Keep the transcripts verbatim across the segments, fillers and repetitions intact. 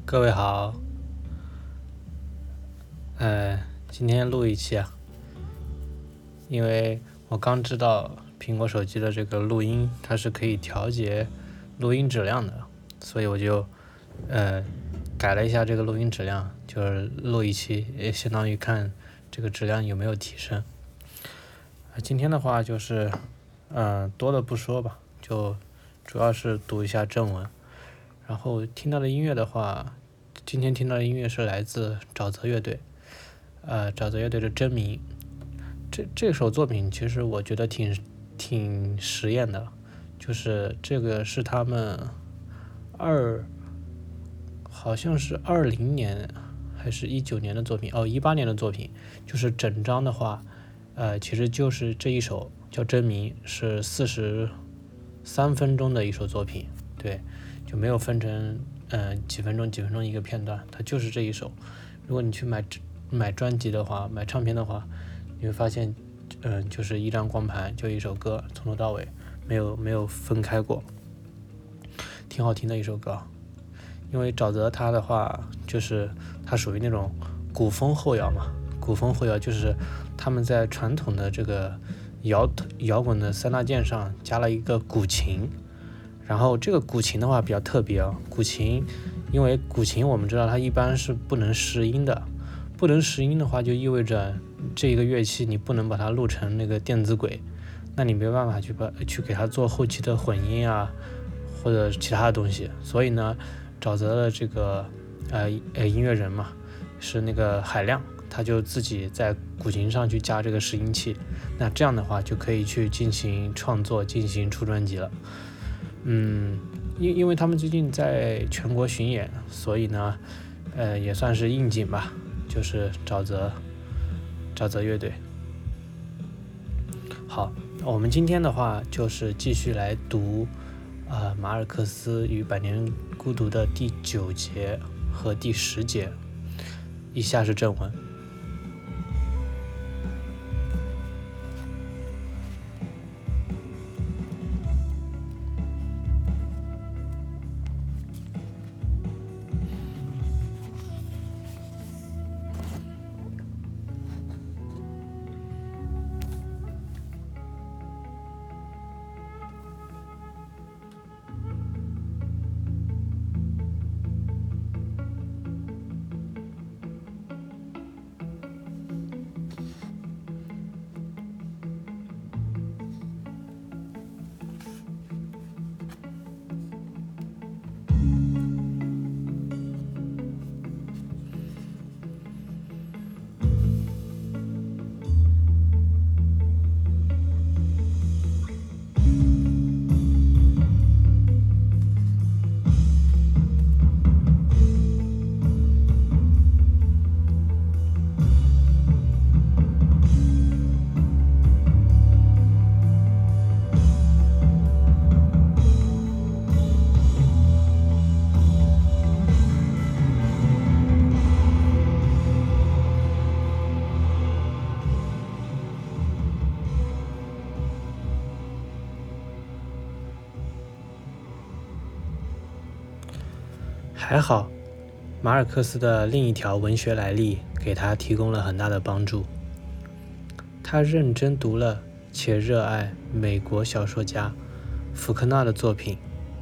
各位好，呃，今天录一期啊，因为我刚知道苹果手机的这个录音它是可以调节录音质量的，所以我就呃改了一下这个录音质量，就是录一期，也相当于看这个质量有没有提升。呃、今天的话就是呃多的不说吧，就主要是读一下正文，然后听到的音乐的话。今天听到的音乐是来自沼泽乐队，呃，沼泽乐队的真名。这这首作品其实我觉得挺挺实验的，就是这个是他们二好像是二零年还是一九年的作品，哦，一八年的作品。就是整张的话，呃，其实就是这一首叫真名，是四十三分钟的一首作品，对，就没有分成。嗯、呃，几分钟几分钟一个片段，它就是这一首。如果你去买买专辑的话，买唱片的话，你会发现，嗯、呃，就是一张光盘，就一首歌，从头到尾没有没有分开过，挺好听的一首歌。因为沼泽它的话，就是它属于那种古风后摇嘛，古风后摇就是他们在传统的这个摇摇滚的三大件上加了一个古琴。然后这个古琴的话比较特别啊，古琴，因为古琴我们知道它一般是不能识音的，不能识音的话就意味着这一个乐器你不能把它录成那个电子轨，那你没办法去把去给它做后期的混音啊，或者其他的东西。所以呢，沼泽的这个呃呃音乐人嘛，是那个海亮，他就自己在古琴上去加这个拾音器，那这样的话就可以去进行创作，进行出专辑了。嗯，因因为他们最近在全国巡演，所以呢，呃，也算是应景吧，就是沼泽，沼泽乐队。好，我们今天的话就是继续来读，呃，马尔克斯与百年孤独的第九节和第十节，以下是正文。还好，马尔克斯的另一条文学来历给他提供了很大的帮助。他认真读了且热爱美国小说家福克纳的作品。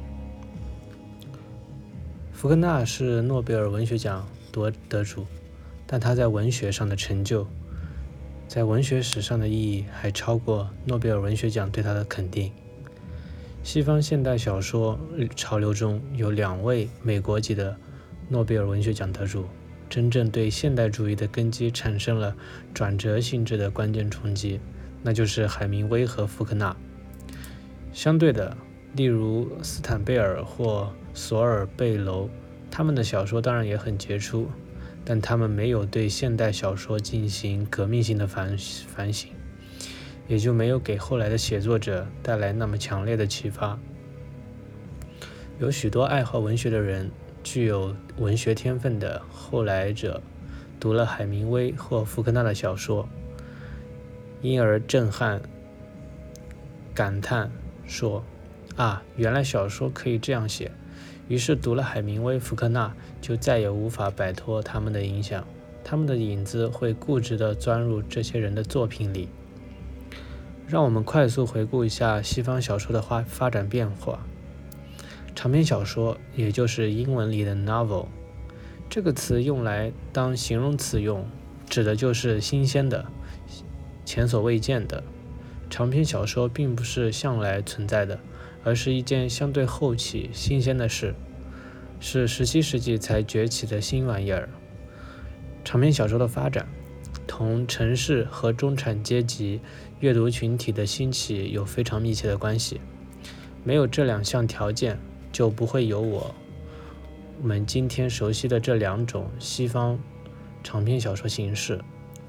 福克纳是诺贝尔文学奖夺得主，但他在文学上的成就，在文学史上的意义还超过诺贝尔文学奖对他的肯定。西方现代小说潮流中有两位美国籍的诺贝尔文学奖得主，真正对现代主义的根基产生了转折性质的关键冲击，那就是海明威和福克纳。相对的，例如斯坦贝尔或索尔贝楼，他们的小说当然也很杰出，但他们没有对现代小说进行革命性的反反省，也就没有给后来的写作者带来那么强烈的启发。有许多爱好文学的人，具有文学天分的后来者，读了海明威或福克纳的小说，因而震撼感叹说，啊，原来小说可以这样写， 于是读了海明威、福克纳，就再也无法摆脱他们的影响，他们的影子会固执地钻入这些人的作品里。让我们快速回顾一下西方小说的发展变化。长篇小说，也就是英文里的 novel， 这个词用来当形容词用，指的就是新鲜的、前所未见的。长篇小说并不是向来存在的，而是一件相对后起、新鲜的事，是十七世纪才崛起的新玩意儿。长篇小说的发展同城市和中产阶级阅读群体的兴起有非常密切的关系，没有这两项条件，就不会有我们今天熟悉的这两种西方长篇小说形式。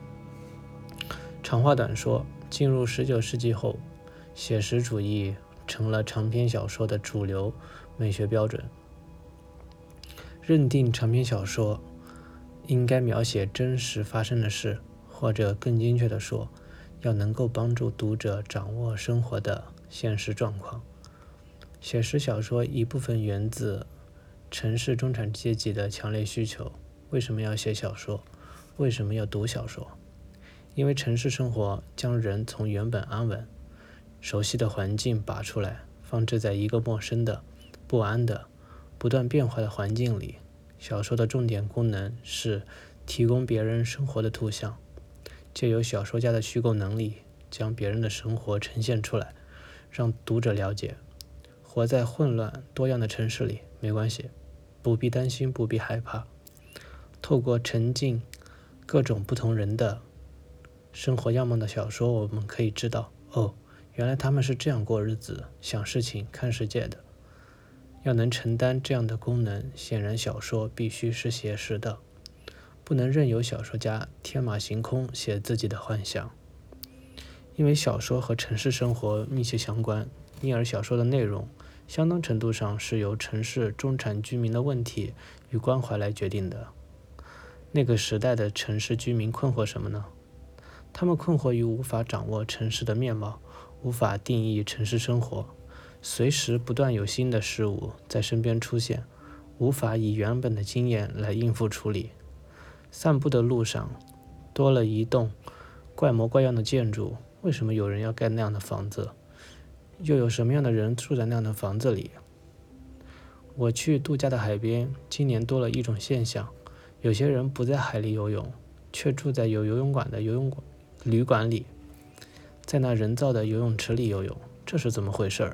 长话短说，进入十九世纪后，写实主义成了长篇小说的主流美学标准。认定长篇小说应该描写真实发生的事，或者更精确地说，要能够帮助读者掌握生活的现实状况。写实小说一部分源自城市中产阶级的强烈需求。为什么要写小说？为什么要读小说？因为城市生活将人从原本安稳、熟悉的环境拔出来，放置在一个陌生的、不安的、不断变化的环境里。小说的重点功能是提供别人生活的图像，借由小说家的虚构能力，将别人的生活呈现出来，让读者了解。活在混乱多样的城市里，没关系，不必担心，不必害怕。透过沉浸各种不同人的生活样貌的小说，我们可以知道，哦，原来他们是这样过日子、想事情、看世界的。要能承担这样的功能，显然小说必须是写实的，不能任由小说家天马行空写自己的幻想。因为小说和城市生活密切相关，因而小说的内容相当程度上是由城市中产居民的问题与关怀来决定的。那个时代的城市居民困惑什么呢？他们困惑于无法掌握城市的面貌，无法定义城市生活，随时不断有新的事物在身边出现，无法以原本的经验来应付处理。散步的路上多了一栋怪模怪样的建筑，为什么有人要盖那样的房子？又有什么样的人住在那样的房子里？我去度假的海边，今年多了一种现象，有些人不在海里游泳，却住在有游泳馆的游泳馆旅馆里，在那人造的游泳池里游泳，这是怎么回事儿？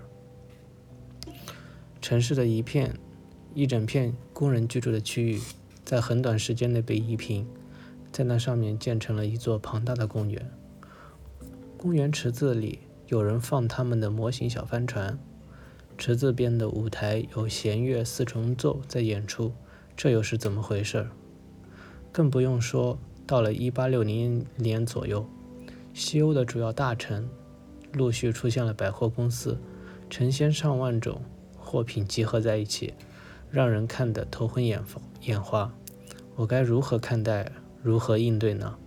城市的一片一整片工人居住的区域，在很短时间内被夷平，在那上面建成了一座庞大的公园。公园池子里有人放他们的模型小帆船，池子边的舞台有弦乐四重奏在演出，这又是怎么回事？更不用说到了一八六零年左右，西欧的主要大城陆续出现了百货公司，成千上万种货品集合在一起，让人看得头昏眼眼花。我该如何看待，如何应对呢？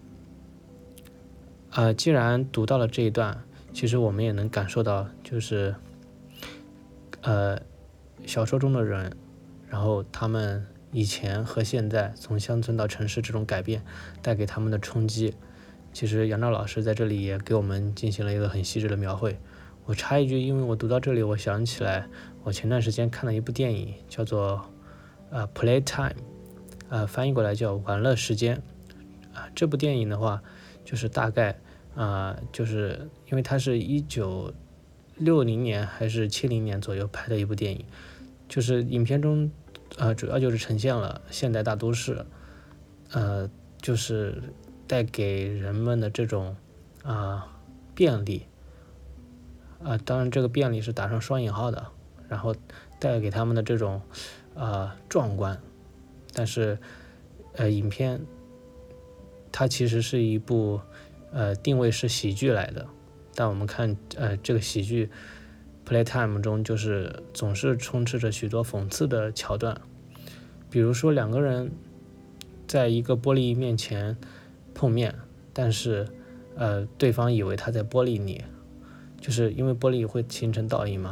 呃，既然读到了这一段，其实我们也能感受到，就是呃，小说中的人，然后他们以前和现在从乡村到城市这种改变带给他们的冲击，其实杨照老师在这里也给我们进行了一个很细致的描绘。我插一句，因为我读到这里，我想起来我前段时间看了一部电影，叫做呃 Playtime， 呃翻译过来叫玩乐时间。啊、呃，这部电影的话，就是大概啊、呃，就是因为它是一九六零年还是七零年左右拍的一部电影，就是影片中呃主要就是呈现了现代大都市，呃就是带给人们的这种啊、呃、便利。啊、呃，当然这个便利是打上双引号的，然后带给他们的这种呃壮观，但是呃影片它其实是一部呃定位是喜剧来的，但我们看呃这个喜剧 Playtime 中就是总是充斥着许多讽刺的桥段，比如说两个人在一个玻璃面前碰面，但是呃对方以为他在玻璃里，就是因为玻璃会形成倒影嘛，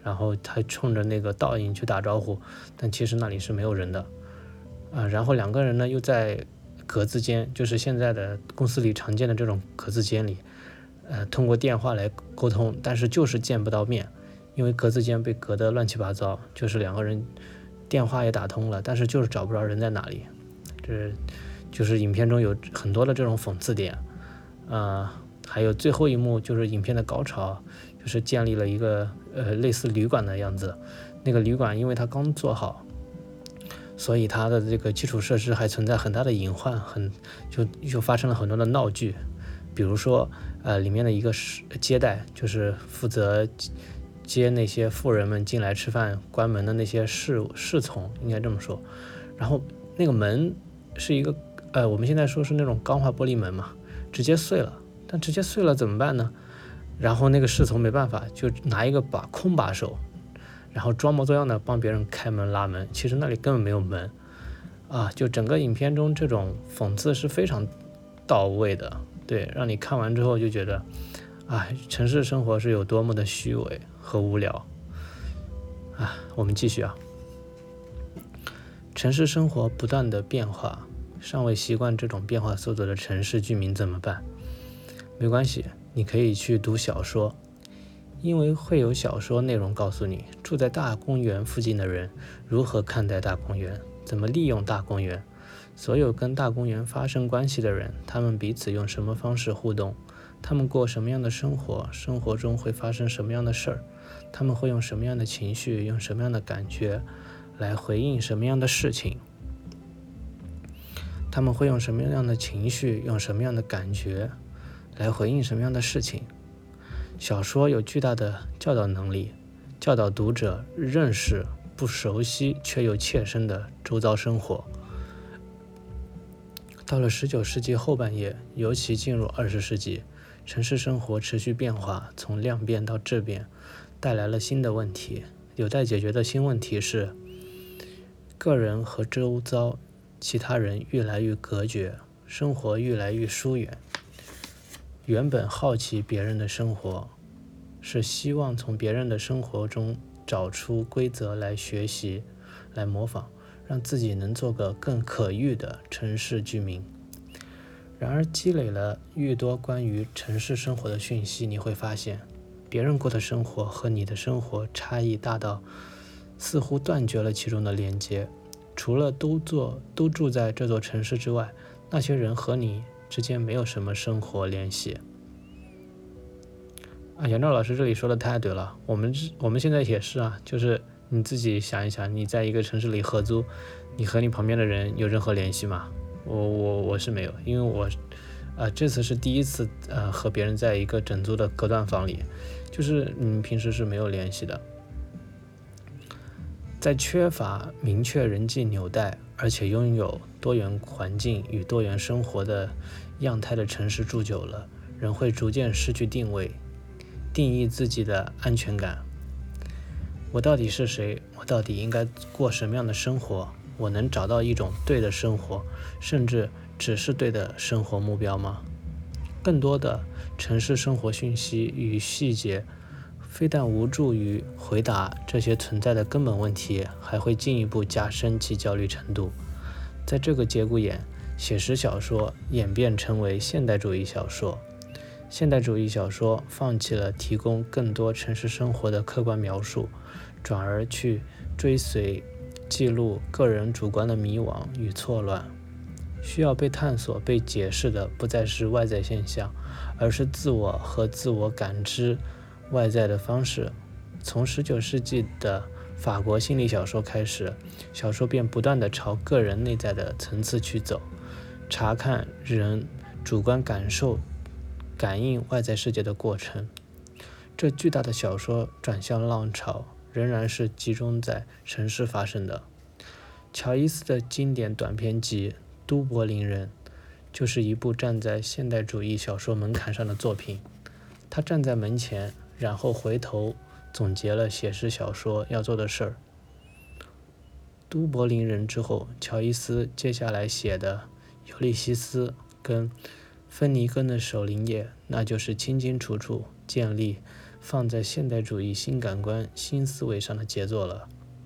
然后他冲着那个倒影去打招呼，但其实那里是没有人的啊。然后两个人呢又在格子间，就是现在的公司里常见的这种格子间里，呃，通过电话来沟通，但是就是见不到面，因为格子间被隔得乱七八糟，就是两个人电话也打通了，但是就是找不着人在哪里。这就是影片中有很多的这种讽刺点，呃，还有最后一幕就是影片的高潮，就是建立了一个呃类似旅馆的样子。那个旅馆因为它刚做好，所以它的这个基础设施还存在很大的隐患，很就就发生了很多的闹剧。比如说呃里面的一个接待，就是负责接那些富人们进来吃饭关门的那些侍侍从，应该这么说。然后那个门是一个呃我们现在说是那种钢化玻璃门嘛，直接碎了。但直接碎了怎么办呢？然后那个侍从没办法，就拿一个把空把手，然后装模作样的帮别人开门拉门，其实那里根本没有门啊。就整个影片中这种讽刺是非常到位的，对，让你看完之后就觉得啊，城市生活是有多么的虚伪和无聊啊。我们继续啊。城市生活不断的变化，尚未习惯这种变化速度的城市居民怎么办？没关系，你可以去读小说，因为会有小说内容告诉你住在大公园附近的人如何看待大公园，怎么利用大公园，所有跟大公园发生关系的人，他们彼此用什么方式互动，他们过什么样的生活，生活中会发生什么样的事儿，他们会用什么样的情绪，用什么样的感觉来回应什么样的事情，他们会用什么样的情绪，用什么样的感觉来回应什么样的事情。小说有巨大的教导能力，教导读者认识不熟悉却又切身的周遭生活。到了十九世纪后半叶，尤其进入二十世纪，城市生活持续变化，从量变到质变，带来了新的问题。有待解决的新问题是，个人和周遭其他人越来越隔绝，生活越来越疏远。原本好奇别人的生活，是希望从别人的生活中找出规则来学习，来模仿，让自己能做个更可遇的城市居民。然而积累了越多关于城市生活的讯息，你会发现别人过的生活和你的生活差异大到似乎断绝了其中的连接。除了都做都住在这座城市之外，那些人和你之间没有什么生活联系啊。杨照老师这里说的太对了，我们我们现在也是啊，就是你自己想一想，你在一个城市里合租，你和你旁边的人有任何联系吗？我我我是没有，因为我呃这次是第一次呃和别人在一个整租的隔断房里，就是你平时是没有联系的。在缺乏明确人际纽带，而且拥有多元环境与多元生活的样态的城市住久了，人会逐渐失去定位，定义自己的安全感。我到底是谁？我到底应该过什么样的生活？我能找到一种对的生活，甚至只是对的生活目标吗？更多的城市生活讯息与细节非但无助于回答这些存在的根本问题，还会进一步加深其焦虑程度。在这个节骨眼，写实小说演变成为现代主义小说。现代主义小说放弃了提供更多城市生活的客观描述，转而去追随记录个人主观的迷惘与错乱。需要被探索、被解释的不再是外在现象，而是自我和自我感知外在的方式。从十九世纪的法国心理小说开始，小说便不断地朝个人内在的层次去走，查看人主观感受、感应外在世界的过程。这巨大的小说转向浪潮，仍然是集中在城市发生的。乔伊斯的经典短篇集《都柏林人》就是一部站在现代主义小说门槛上的作品。他站在门前，然后回头总结了写实小说要做的事儿。都柏林人之后，乔伊斯接下来写的《尤利西斯》跟芬尼根的《守灵夜》，那就是清清楚楚建立放在现代主义新感官、新思维上的杰作了。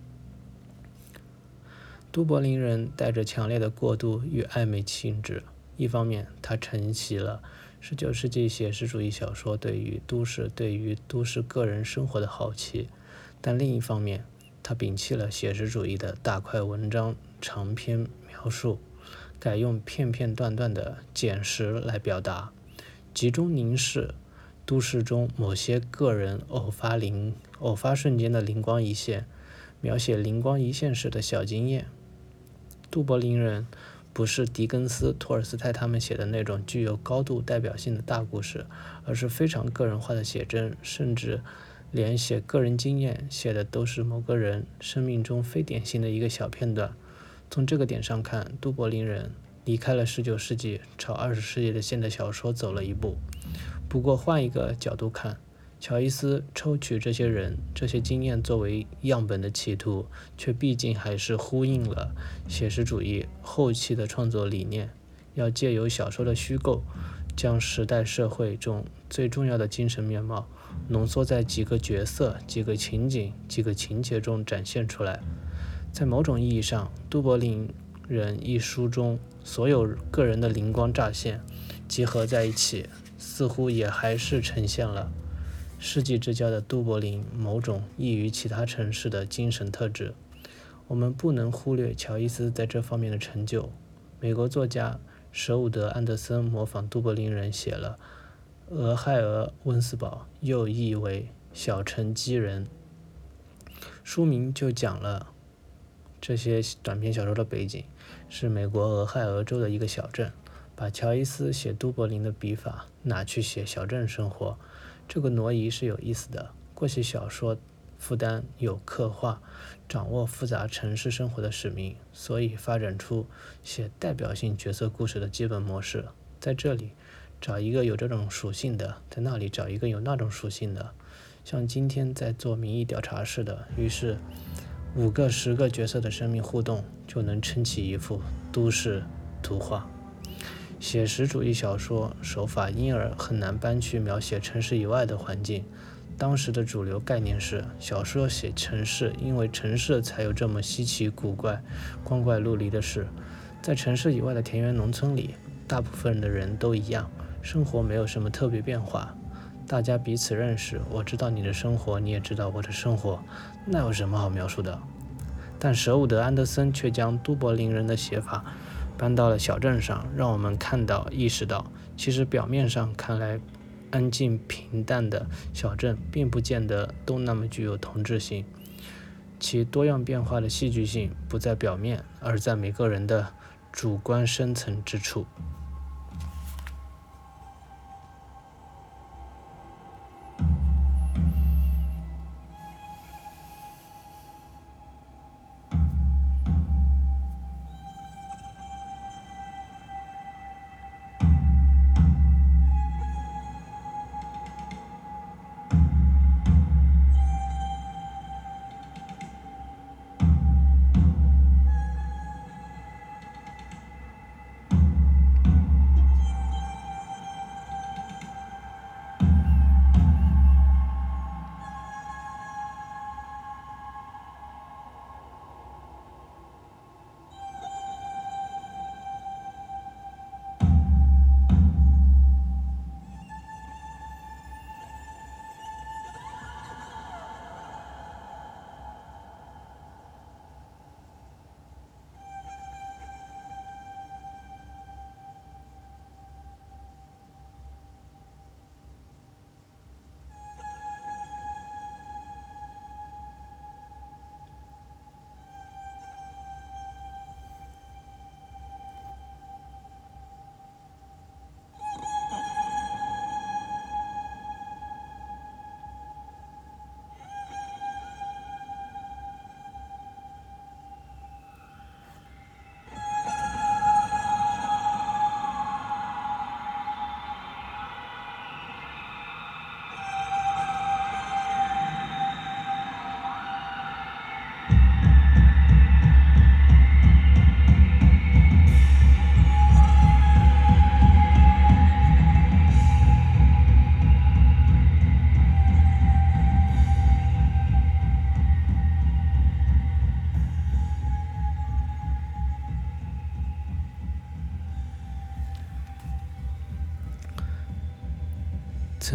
都柏林人带着强烈的过渡与暧昧性质，一方面他承袭了十九世纪写实主义小说对于都市、对于都市个人生活的好奇，但另一方面他摒弃了写实主义的大块文章、长篇描述，改用片片段段的简实来表达，集中凝视都市中某些个人偶发灵偶发瞬间的灵光一现，描写灵光一现时的小经验。都柏林人不是狄更斯、托尔斯泰他们写的那种具有高度代表性的大故事，而是非常个人化的写真，甚至连写个人经验写的都是某个人生命中非典型的一个小片段。从这个点上看，都柏林人离开了十九世纪，朝二十世纪的现代小说走了一步。不过换一个角度看，乔伊斯抽取这些人、这些经验作为样本的企图，却毕竟还是呼应了写实主义后期的创作理念，要借由小说的虚构，将时代社会中最重要的精神面貌浓缩在几个角色、几个情景、几个情节中展现出来。在某种意义上，都柏林人一书中所有个人的灵光乍现集合在一起，似乎也还是呈现了世纪之交的都柏林某种异于其他城市的精神特质。我们不能忽略乔伊斯在这方面的成就。美国作家舍伍德·安德森模仿都柏林人写了《俄亥俄温斯堡》，又译为《小城基人》，书名就讲了这些短篇小说的背景是美国俄亥俄州的一个小镇，把乔伊斯写都柏林的笔法拿去写小镇生活，这个挪移是有意思的。过去小说负担有刻画、掌握复杂城市生活的使命，所以发展出写代表性角色故事的基本模式。在这里找一个有这种属性的，在那里找一个有那种属性的，像今天在做民意调查似的，于是五个十个角色的生命互动就能撑起一幅都市图画。写实主义小说手法因而很难搬去描写城市以外的环境。当时的主流概念是，小说写城市，因为城市才有这么稀奇古怪、光怪陆离的事。在城市以外的田园农村里，大部分的人都一样，生活没有什么特别变化，大家彼此认识，我知道你的生活，你也知道我的生活，那有什么好描述的？但舍伍德·安德森却将都柏林人的写法搬到了小镇上，让我们看到、意识到，其实表面上看来安静平淡的小镇，并不见得都那么具有同质性。其多样变化的戏剧性不在表面，而在每个人的主观深层之处。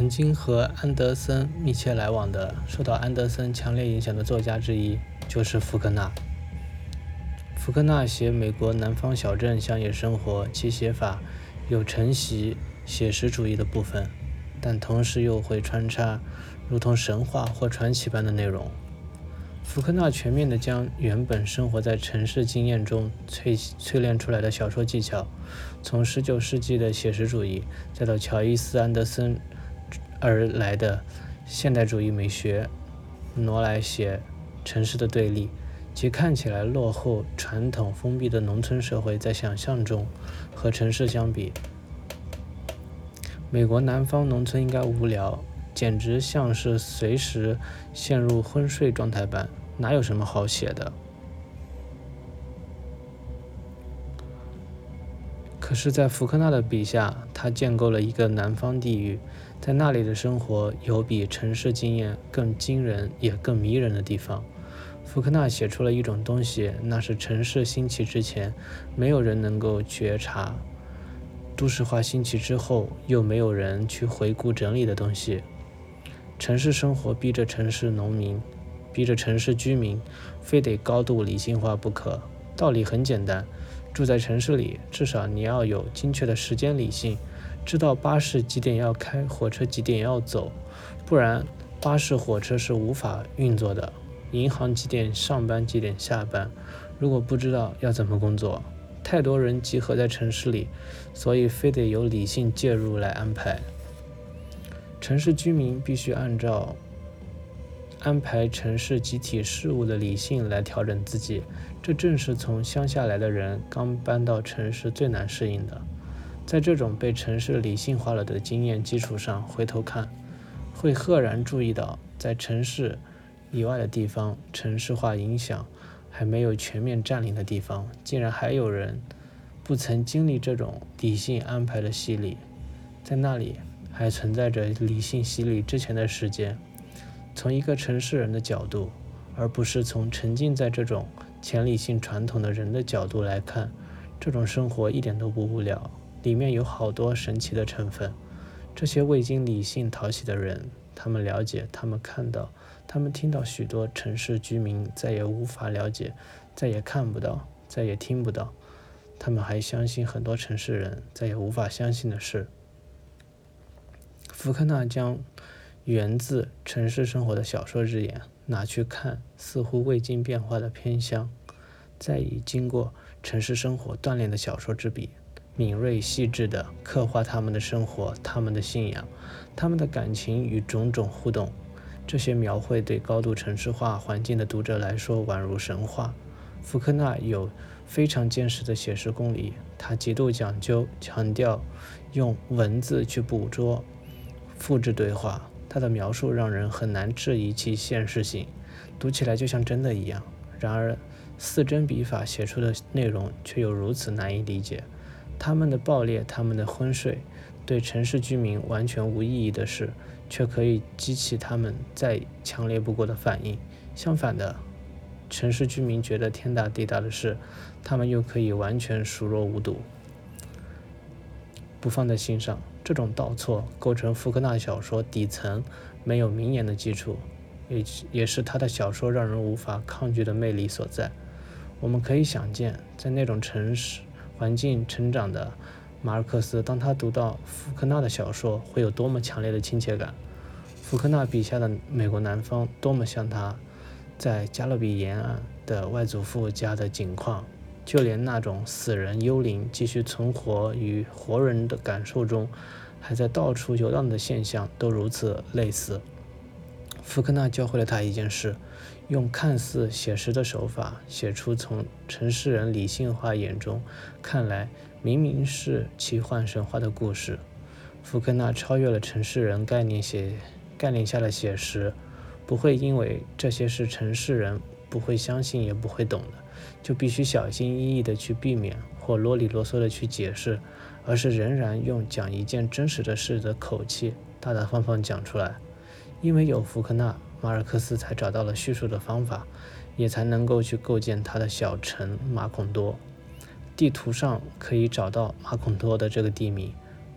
经和安德森密切来往的、受到安德森强烈影响的作家之一就是福克纳。福克纳写美国南方小镇乡野生活，其写法有承袭写实主义的部分，但同时又会穿插如同神话或传奇般的内容。福克纳全面地将原本生活在城市经验中淬淬炼出来的小说技巧，从十九世纪的写实主义，再到乔伊斯·安德森而来的现代主义美学，挪来写城市的对立，即看起来落后、传统、封闭的农村社会在想象中和城市相比，美国南方农村应该无聊，简直像是随时陷入昏睡状态般，哪有什么好写的？可是在福克纳的笔下，他建构了一个南方地域，在那里的生活有比城市经验更惊人也更迷人的地方。福克纳写出了一种东西，那是城市兴起之前没有人能够觉察，都市化兴起之后又没有人去回顾整理的东西。城市生活逼着城市农民，逼着城市居民非得高度理性化不可。道理很简单，住在城市里，至少你要有精确的时间理性，知道巴士几点要开，火车几点要走，不然巴士火车是无法运作的。银行几点上班，几点下班，如果不知道要怎么工作？太多人集合在城市里，所以非得由理性介入来安排。城市居民必须按照安排城市集体事务的理性来调整自己，这正是从乡下来的人刚搬到城市最难适应的。在这种被城市理性化了的经验基础上回头看，会赫然注意到，在城市以外的地方，城市化影响还没有全面占领的地方，竟然还有人不曾经历这种理性安排的洗礼，在那里还存在着理性洗礼之前的时间。从一个城市人的角度，而不是从沉浸在这种前理性传统的人的角度来看，这种生活一点都不无聊，里面有好多神奇的成分。这些未经理性讨喜的人，他们了解，他们看到，他们听到许多城市居民再也无法了解，再也看不到，再也听不到，他们还相信很多城市人再也无法相信的事。福克纳将源自城市生活的小说之眼拿去看似乎未经变化的偏乡，再以经过城市生活锻炼的小说之笔，敏锐细致地刻画他们的生活、他们的信仰、他们的感情与种种互动。这些描绘对高度城市化环境的读者来说宛如神话。福克纳有非常坚实的写实功力，他极度讲究强调用文字去捕捉复制对话，他的描述让人很难质疑其现实性，读起来就像真的一样。然而似真笔法写出的内容却又如此难以理解，他们的暴烈，他们的昏睡，对城市居民完全无意义的事，却可以激起他们再强烈不过的反应。相反的，城市居民觉得天大地大的事，他们又可以完全熟若无睹，不放在心上。这种倒错构成福克纳小说底层没有明言的基础，也也是他的小说让人无法抗拒的魅力所在。我们可以想见，在那种城市环境成长的马尔克斯，当他读到福克纳的小说，会有多么强烈的亲切感。福克纳笔下的美国南方多么像他在加勒比沿岸的外祖父家的景况，就连那种死人幽灵继续存活于活人的感受中，还在到处游荡的现象都如此类似。福克纳教会了他一件事，用看似写实的手法写出从城市人理性化眼中看来明明是奇幻神话的故事。福克纳超越了城市人概念写概念下的写实，不会因为这些是城市人不会相信也不会懂的，就必须小心翼翼地去避免或啰里啰嗦地去解释，而是仍然用讲一件真实的事的口气大大方方讲出来。因为有福克纳，马尔克斯才找到了叙述的方法，也才能够去构建他的小城马孔多。地图上可以找到马孔多的这个地名，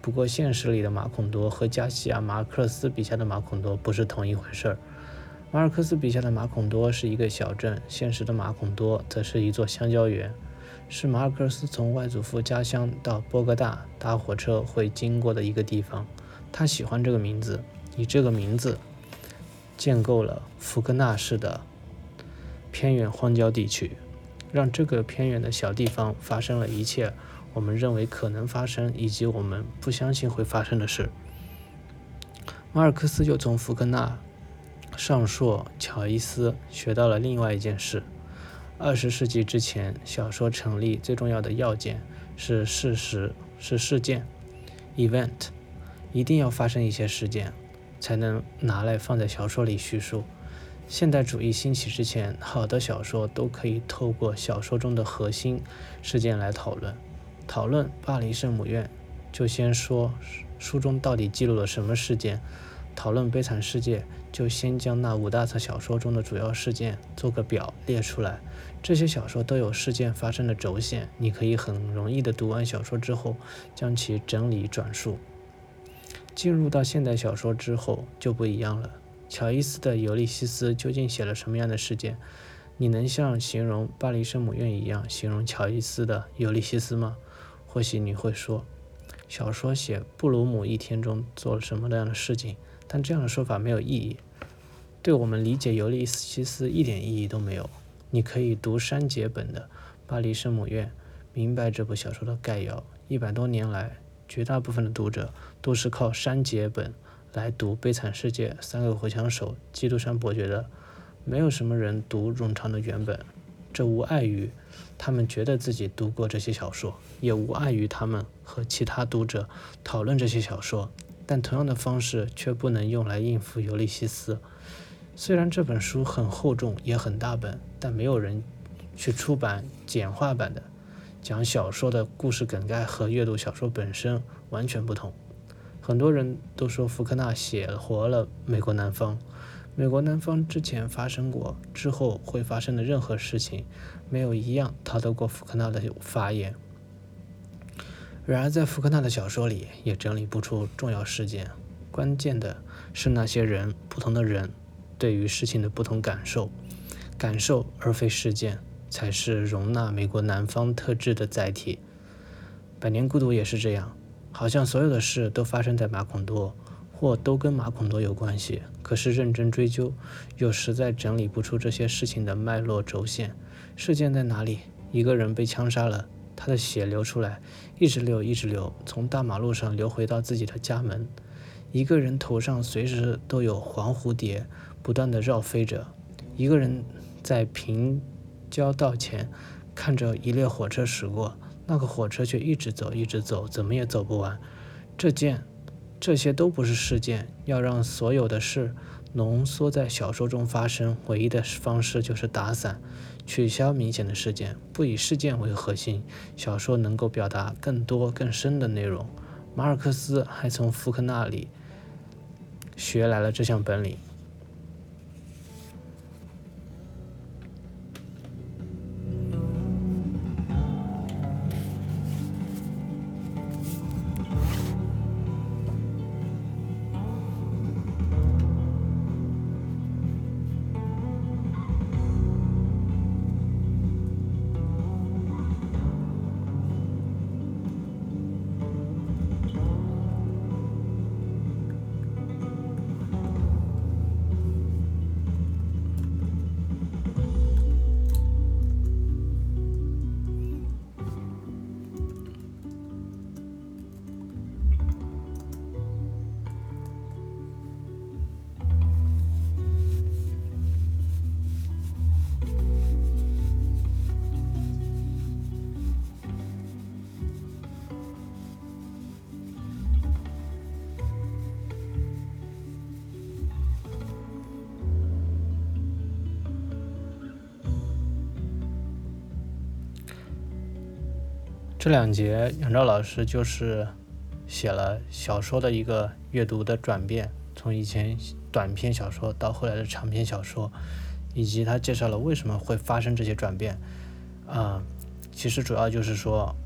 不过现实里的马孔多和加西亚·马克思笔下的马孔多不是同一回事儿。马尔克斯笔下的马孔多是一个小镇，现实的马孔多则是一座香蕉园，是马尔克斯从外祖父家乡到波哥大搭火车会经过的一个地方。他喜欢这个名字，以这个名字建构了福克纳式的偏远荒郊地区，让这个偏远的小地方发生了一切我们认为可能发生以及我们不相信会发生的事。马尔克斯又从福克纳上硕乔伊斯学到了另外一件事：二十世纪之前，小说成立最重要的要件是事实，是事件 （event）， 一定要发生一些事件，才能拿来放在小说里叙述。现代主义兴起之前，好的小说都可以透过小说中的核心事件来讨论。讨论巴黎圣母院，就先说书中到底记录了什么事件；讨论悲惨世界，就先将那五大册小说中的主要事件做个表列出来。这些小说都有事件发生的轴线，你可以很容易的读完小说之后将其整理转述。进入到现代小说之后就不一样了。乔伊斯的《尤利西斯》究竟写了什么样的事件？你能像形容巴黎圣母院一样形容乔伊斯的《尤利西斯》吗？或许你会说，小说写布鲁姆一天中做了什么样的事情，但这样的说法没有意义，对我们理解尤利西斯一点意义都没有。你可以读删节本的《巴黎圣母院》，明白这部小说的概要。一百多年来，绝大部分的读者都是靠删节本来读《悲惨世界》《三个火枪手》《基督山伯爵》的，没有什么人读冗长的原本。这无碍于他们觉得自己读过这些小说，也无碍于他们和其他读者讨论这些小说，但同样的方式却不能用来应付尤利西斯。虽然这本书很厚重也很大本，但没有人去出版简化版的。讲小说的故事梗概和阅读小说本身完全不同。很多人都说福克纳写活了美国南方，美国南方之前发生过，之后会发生的任何事情，没有一样逃得过福克纳的法眼。然而在福克纳的小说里也整理不出重要事件，关键的是那些人，不同的人对于事情的不同感受，感受而非事件才是容纳美国南方特质的载体。百年孤独也是这样，好像所有的事都发生在马孔多，或都跟马孔多有关系，可是认真追究，又实在整理不出这些事情的脉络轴线。事件在哪里？一个人被枪杀了，他的血流出来，一直流一直流，从大马路上流回到自己的家门。一个人头上随时都有黄蝴蝶不断地绕飞着。一个人在平交道前看着一列火车驶过，那个火车却一直走一直走，怎么也走不完。这件这些都不是事件，要让所有的事浓缩在小说中发生，唯一的方式就是打散，取消明显的事件，不以事件为核心，小说能够表达更多更深的内容。马尔克斯还从福克纳里学来了这项本领。这两节杨照老师就是写了小说的一个阅读的转变，从以前短篇小说到后来的长篇小说，以及他介绍了为什么会发生这些转变。啊、呃，其实主要就是说，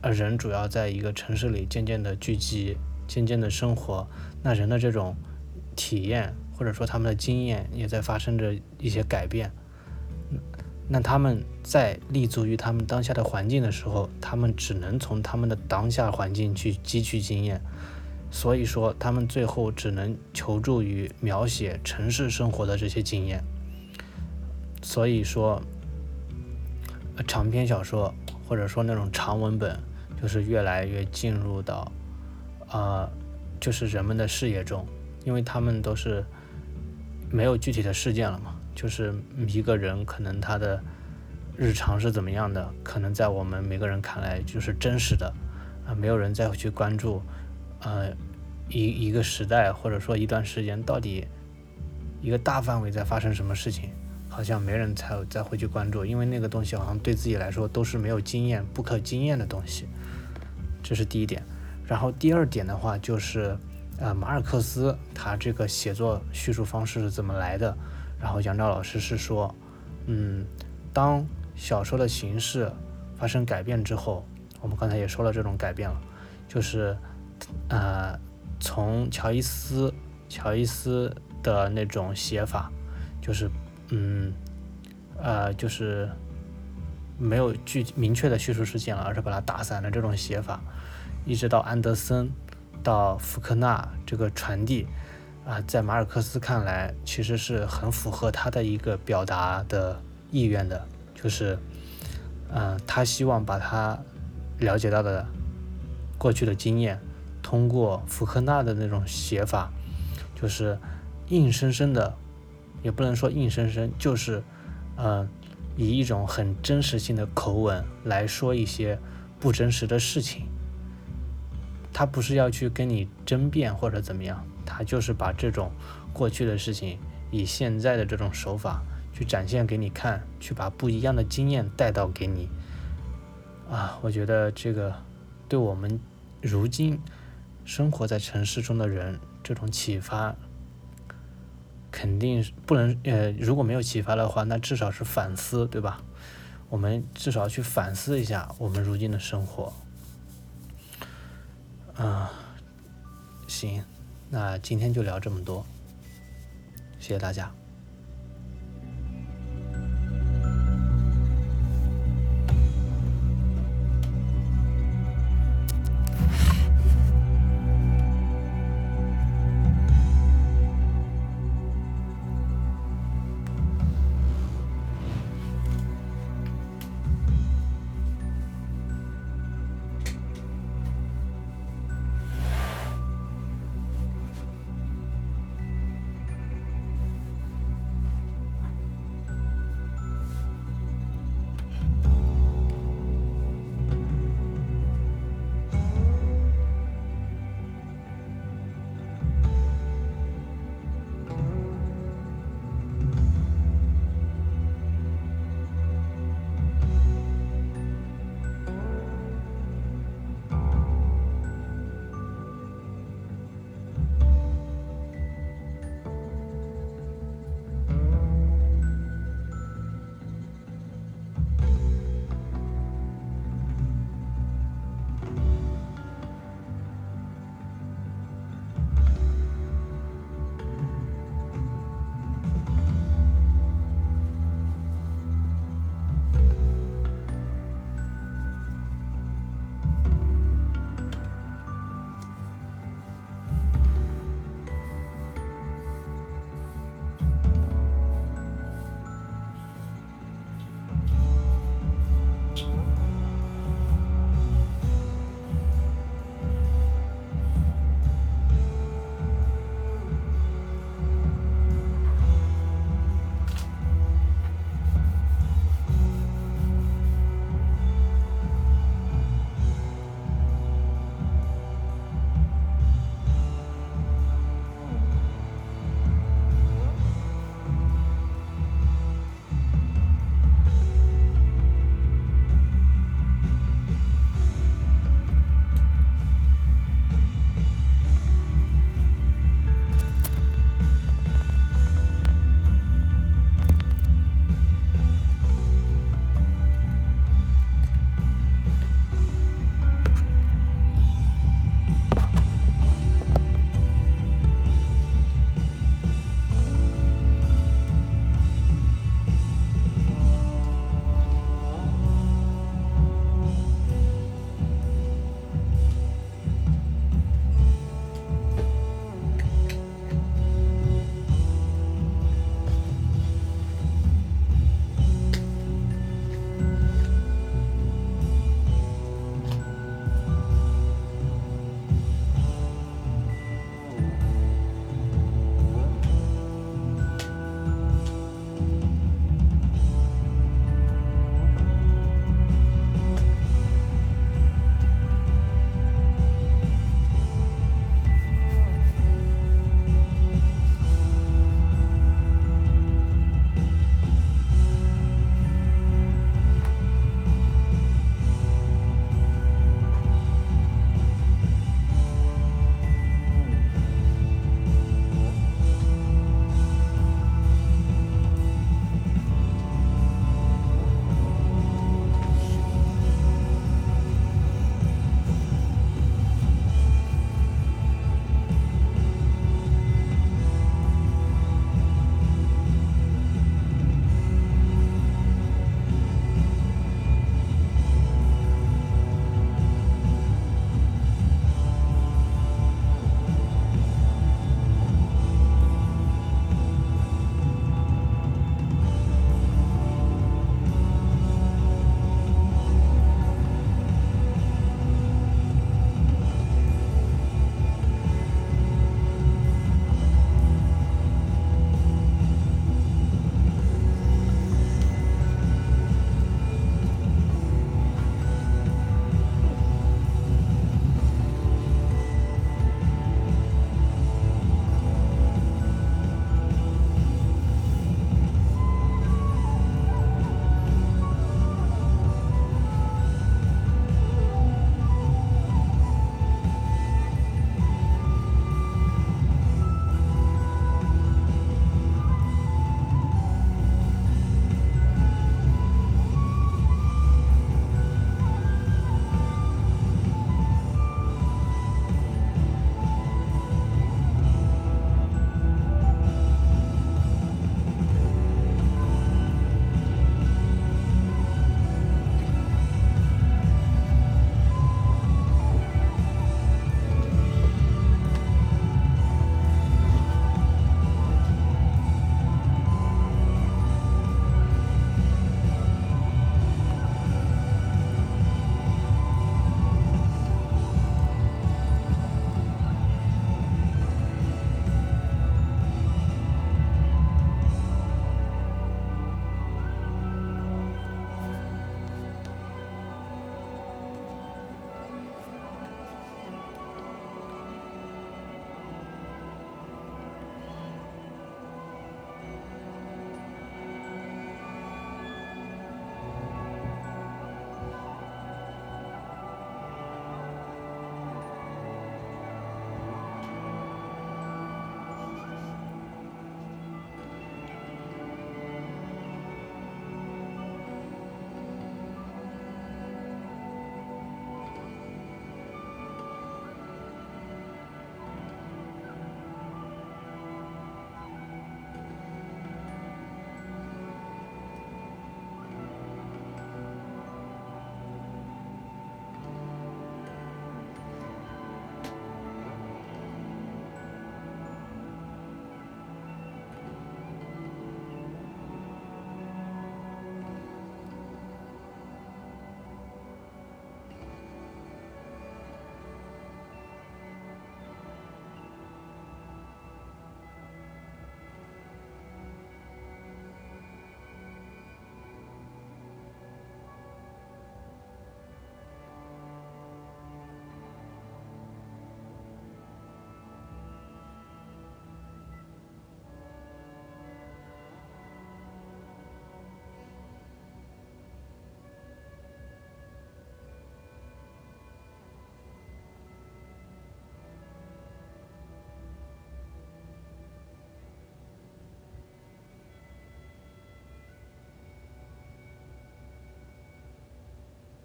呃人主要在一个城市里渐渐的聚集，渐渐的生活，那人的这种体验或者说他们的经验也在发生着一些改变。那他们在立足于他们当下的环境的时候，他们只能从他们的当下环境去汲取经验，所以说他们最后只能求助于描写城市生活的这些经验。所以说长篇小说或者说那种长文本就是越来越进入到呃，就是人们的视野中，因为他们都是没有具体的事件了嘛，就是一个人可能他的日常是怎么样的，可能在我们每个人看来就是真实的啊、呃，没有人再会去关注呃一一个时代或者说一段时间到底一个大范围在发生什么事情，好像没人才再会去关注，因为那个东西好像对自己来说都是没有经验不可经验的东西，这是第一点。然后第二点的话就是呃，马尔克斯他这个写作叙述方式是怎么来的，然后杨照老师是说嗯，当小说的形式发生改变之后，我们刚才也说了这种改变了，就是呃，从乔伊斯乔伊斯的那种写法，就是嗯呃就是没有具明确的叙述事件了，而是把它打散的这种写法，一直到安德森到福克纳这个传递啊、呃，在马尔克斯看来其实是很符合他的一个表达的意愿的，就是呃，他希望把他了解到的过去的经验通过福克纳的那种写法，就是硬生生的，也不能说硬生生，就是呃以一种很真实性的口吻来说一些不真实的事情。他不是要去跟你争辩或者怎么样，他就是把这种过去的事情以现在的这种手法去展现给你看，去把不一样的经验带到给你啊。我觉得这个对我们如今生活在城市中的人这种启发肯定不能呃，如果没有启发的话，那至少是反思，对吧？我们至少去反思一下我们如今的生活。啊，行，那今天就聊这么多，谢谢大家。